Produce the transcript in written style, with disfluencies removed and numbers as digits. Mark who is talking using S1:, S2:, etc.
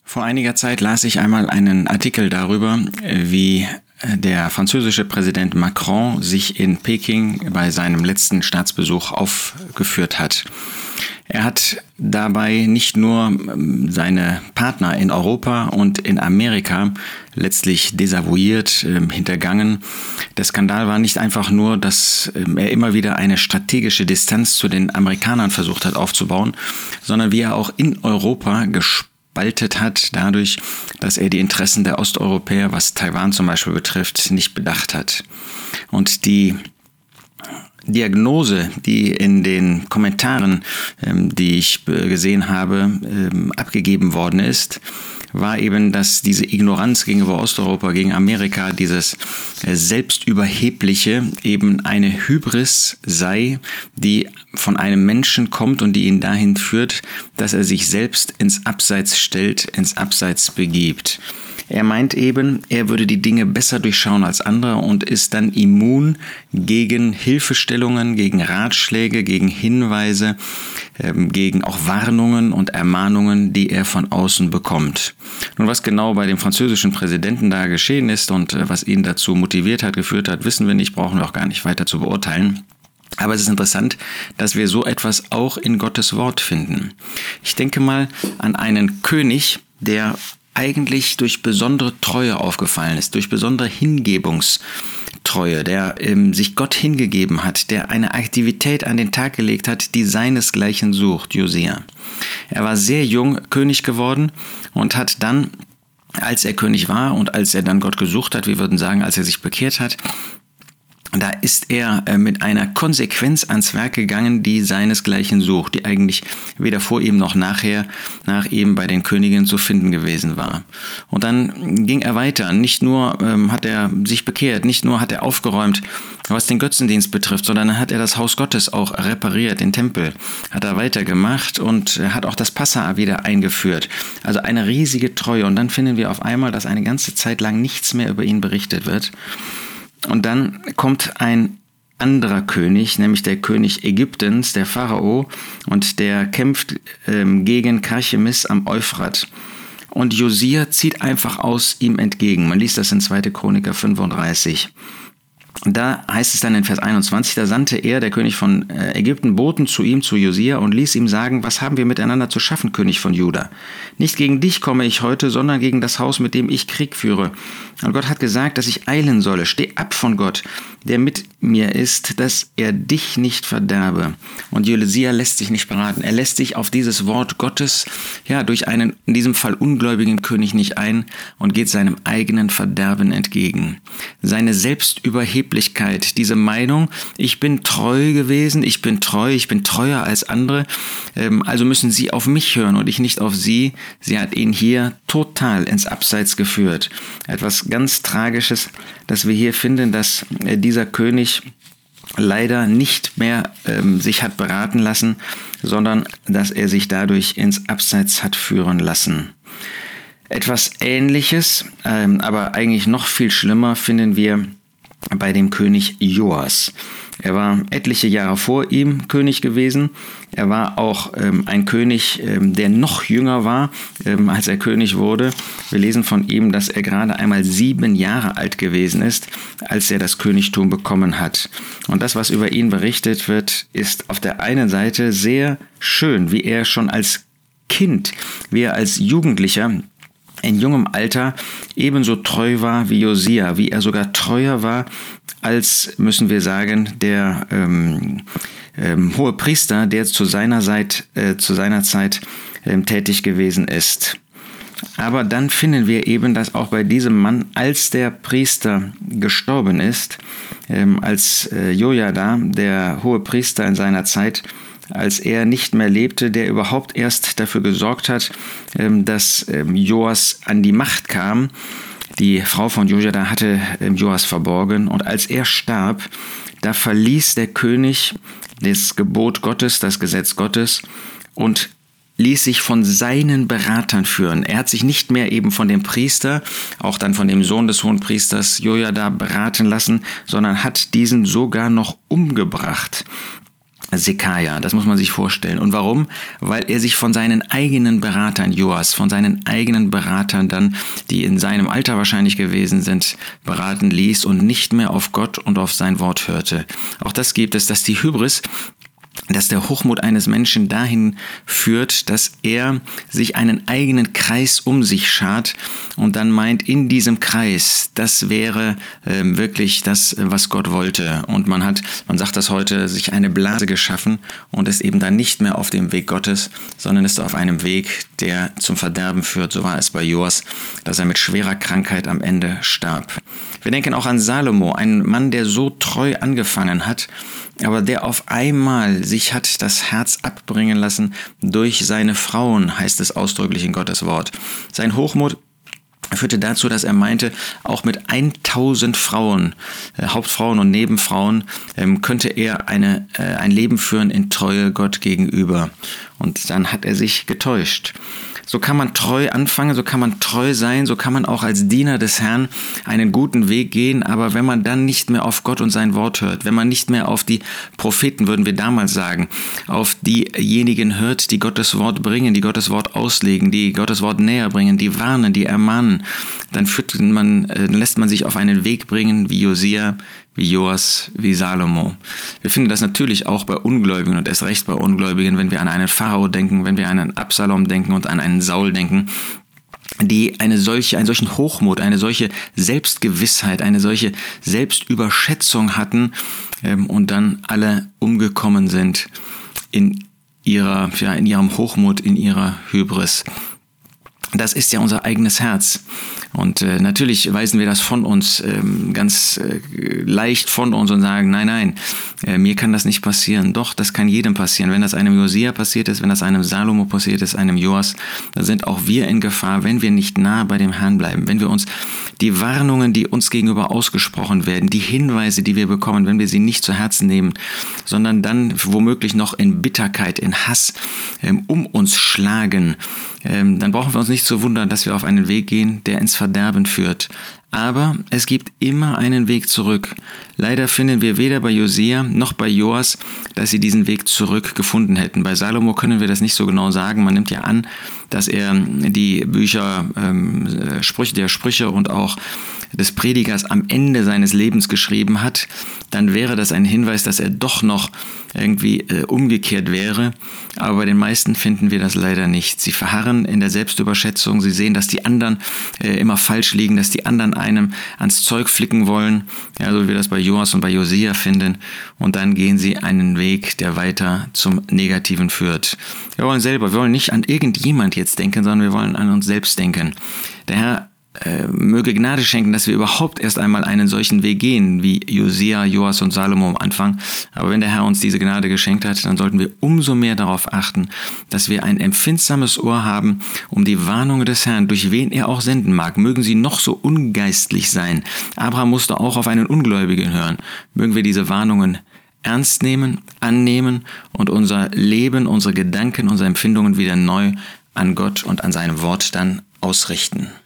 S1: Vor einiger Zeit las ich einmal einen Artikel darüber, wie der französische Präsident Macron sich in Peking bei seinem letzten Staatsbesuch aufgeführt hat. Er hat dabei nicht nur seine Partner in Europa und in Amerika letztlich desavouiert, hintergangen. Der Skandal war nicht einfach nur, dass er immer wieder eine strategische Distanz zu den Amerikanern versucht hat aufzubauen, sondern wie er auch in Europa gespaltet hat, dadurch, dass er die Interessen der Osteuropäer, was Taiwan zum Beispiel betrifft, nicht bedacht hat. Und die Diagnose, die in den Kommentaren, die ich gesehen habe, abgegeben worden ist, war eben, dass diese Ignoranz gegenüber Osteuropa, gegen Amerika, dieses Selbstüberhebliche eben eine Hybris sei, die von einem Menschen kommt und die ihn dahin führt, dass er sich selbst ins Abseits stellt, ins Abseits begibt. Er meint eben, er würde die Dinge besser durchschauen als andere und ist dann immun gegen Hilfestellungen, gegen Ratschläge, gegen Hinweise, gegen auch Warnungen und Ermahnungen, die er von außen bekommt. Nun, was genau bei dem französischen Präsidenten da geschehen ist und was ihn dazu motiviert hat, geführt hat, wissen wir nicht, brauchen wir auch gar nicht weiter zu beurteilen. Aber es ist interessant, dass wir so etwas auch in Gottes Wort finden. Ich denke mal an einen König, der eigentlich durch besondere Treue aufgefallen ist, durch besondere Hingebungstreue, der sich Gott hingegeben hat, der eine Aktivität an den Tag gelegt hat, die seinesgleichen sucht, Josia. Er war sehr jung König geworden und hat dann, als er König war und als er dann Gott gesucht hat, wir würden sagen, als er sich bekehrt hat, da ist er mit einer Konsequenz ans Werk gegangen, die seinesgleichen sucht, die eigentlich weder vor ihm noch nach ihm bei den Königen zu finden gewesen war. Und dann ging er weiter. Nicht nur hat er sich bekehrt, nicht nur hat er aufgeräumt, was den Götzendienst betrifft, sondern hat er das Haus Gottes auch repariert, den Tempel hat er weitergemacht und hat auch das Passa wieder eingeführt. Also eine riesige Treue. Und dann finden wir auf einmal, dass eine ganze Zeit lang nichts mehr über ihn berichtet wird. Und dann kommt ein anderer König, nämlich der König Ägyptens, der Pharao, und der kämpft gegen Karchemis am Euphrat. Und Josia zieht einfach aus ihm entgegen. Man liest das in 2. Chroniker 35. Und da heißt es dann in Vers 21, da sandte er, der König von Ägypten, Boten zu ihm, zu Josia, und ließ ihm sagen, was haben wir miteinander zu schaffen, König von Juda? Nicht gegen dich komme ich heute, sondern gegen das Haus, mit dem ich Krieg führe. Und Gott hat gesagt, dass ich eilen solle. Steh ab von Gott, der mit mir ist, dass er dich nicht verderbe. Und Josia lässt sich nicht beraten. Er lässt sich auf dieses Wort Gottes, durch einen, in diesem Fall ungläubigen König nicht ein und geht seinem eigenen Verderben entgegen. Seine Selbstüberheblichkeit, diese Meinung, ich bin treu gewesen, ich bin treuer als andere, also müssen sie auf mich hören und ich nicht auf sie. Sie hat ihn hier total ins Abseits geführt. Etwas ganz Tragisches, dass wir hier finden, dass dieser König leider nicht mehr sich hat beraten lassen, sondern dass er sich dadurch ins Abseits hat führen lassen. Etwas Ähnliches, aber eigentlich noch viel schlimmer, finden wir bei dem König Joas. Er war etliche Jahre vor ihm König gewesen. Er war auch ein König, der noch jünger war, als er König wurde. Wir lesen von ihm, dass er gerade einmal 7 Jahre alt gewesen ist, als er das Königtum bekommen hat. Und das, was über ihn berichtet wird, ist auf der einen Seite sehr schön, wie er schon als Kind, wie er als Jugendlicher in jungem Alter ebenso treu war wie Josia, wie er sogar treuer war als, müssen wir sagen, der hohe Priester, der zu seiner Zeit tätig gewesen ist. Aber dann finden wir eben, dass auch bei diesem Mann, als der Priester gestorben ist, als Jojada, der hohe Priester in seiner Zeit, als er nicht mehr lebte, der überhaupt erst dafür gesorgt hat, dass Joas an die Macht kam. Die Frau von Jojada hatte Joas verborgen und als er starb, da verließ der König das Gebot Gottes, das Gesetz Gottes und ließ sich von seinen Beratern führen. Er hat sich nicht mehr eben von dem Priester, auch dann von dem Sohn des Hohenpriesters Jojada beraten lassen, sondern hat diesen sogar noch umgebracht. Sekaja, das muss man sich vorstellen. Und warum? Weil er sich von seinen eigenen Beratern, Joas, von seinen eigenen Beratern dann, die in seinem Alter wahrscheinlich gewesen sind, beraten ließ und nicht mehr auf Gott und auf sein Wort hörte. Auch das gibt es, dass die Hybris, dass der Hochmut eines Menschen dahin führt, dass er sich einen eigenen Kreis um sich schart und dann meint, in diesem Kreis, das wäre wirklich das, was Gott wollte. Und man sagt das heute, sich eine Blase geschaffen und ist eben dann nicht mehr auf dem Weg Gottes, sondern ist auf einem Weg, der zum Verderben führt. So war es bei Joas, dass er mit schwerer Krankheit am Ende starb. Wir denken auch an Salomo, einen Mann, der so treu angefangen hat, aber der auf einmal sich hat das Herz abbringen lassen durch seine Frauen, heißt es ausdrücklich in Gottes Wort. Sein Hochmut führte dazu, dass er meinte, auch mit 1000 Frauen, Hauptfrauen und Nebenfrauen, könnte er ein Leben führen in Treue Gott gegenüber. Und dann hat er sich getäuscht. So kann man treu anfangen, so kann man treu sein, so kann man auch als Diener des Herrn einen guten Weg gehen, aber wenn man dann nicht mehr auf Gott und sein Wort hört, wenn man nicht mehr auf die Propheten, würden wir damals sagen, auf diejenigen hört, die Gottes Wort bringen, die Gottes Wort auslegen, die Gottes Wort näher bringen, die warnen, die ermahnen, dann lässt man sich auf einen Weg bringen wie Josia, wie Joas, wie Salomo. Wir finden das natürlich auch bei Ungläubigen und erst recht bei Ungläubigen, wenn wir an einen Pharao denken, wenn wir an einen Absalom denken und an einen Saul denken, die einen solchen Hochmut, eine solche Selbstgewissheit, eine solche Selbstüberschätzung hatten und dann alle umgekommen sind in ihrem Hochmut, in ihrer Hybris. Das ist ja unser eigenes Herz. Und natürlich weisen wir das von uns, ganz leicht von uns und sagen, nein, mir kann das nicht passieren. Doch, das kann jedem passieren. Wenn das einem Josia passiert ist, wenn das einem Salomo passiert ist, einem Joas, dann sind auch wir in Gefahr, wenn wir nicht nah bei dem Herrn bleiben. Wenn wir uns die Warnungen, die uns gegenüber ausgesprochen werden, die Hinweise, die wir bekommen, wenn wir sie nicht zu Herzen nehmen, sondern dann womöglich noch in Bitterkeit, in Hass um uns schlagen, dann brauchen wir uns nicht zu wundern, dass wir auf einen Weg gehen, der ins Verderben führt. Aber es gibt immer einen Weg zurück. Leider finden wir weder bei Josia noch bei Joas, dass sie diesen Weg zurück gefunden hätten. Bei Salomo können wir das nicht so genau sagen. Man nimmt ja an, dass er die Bücher der Sprüche und auch des Predigers am Ende seines Lebens geschrieben hat. Dann wäre das ein Hinweis, dass er doch noch irgendwie umgekehrt wäre. Aber bei den meisten finden wir das leider nicht. Sie verharren in der Selbstüberschätzung. Sie sehen, dass die anderen immer falsch liegen, dass die anderen einem ans Zeug flicken wollen, ja, so wie wir das bei Joas und bei Josia finden. Und dann gehen sie einen Weg, der weiter zum Negativen führt. Wir wollen nicht an irgendjemand jetzt denken, sondern wir wollen an uns selbst denken. Der Herr möge Gnade schenken, dass wir überhaupt erst einmal einen solchen Weg gehen, wie Josia, Joas und Salomo am Anfang. Aber wenn der Herr uns diese Gnade geschenkt hat, dann sollten wir umso mehr darauf achten, dass wir ein empfindsames Ohr haben, um die Warnungen des Herrn, durch wen er auch senden mag, mögen sie noch so ungeistlich sein. Abraham musste auch auf einen Ungläubigen hören. Mögen wir diese Warnungen ernst nehmen, annehmen und unser Leben, unsere Gedanken, unsere Empfindungen wieder neu an Gott und an seinem Wort dann ausrichten.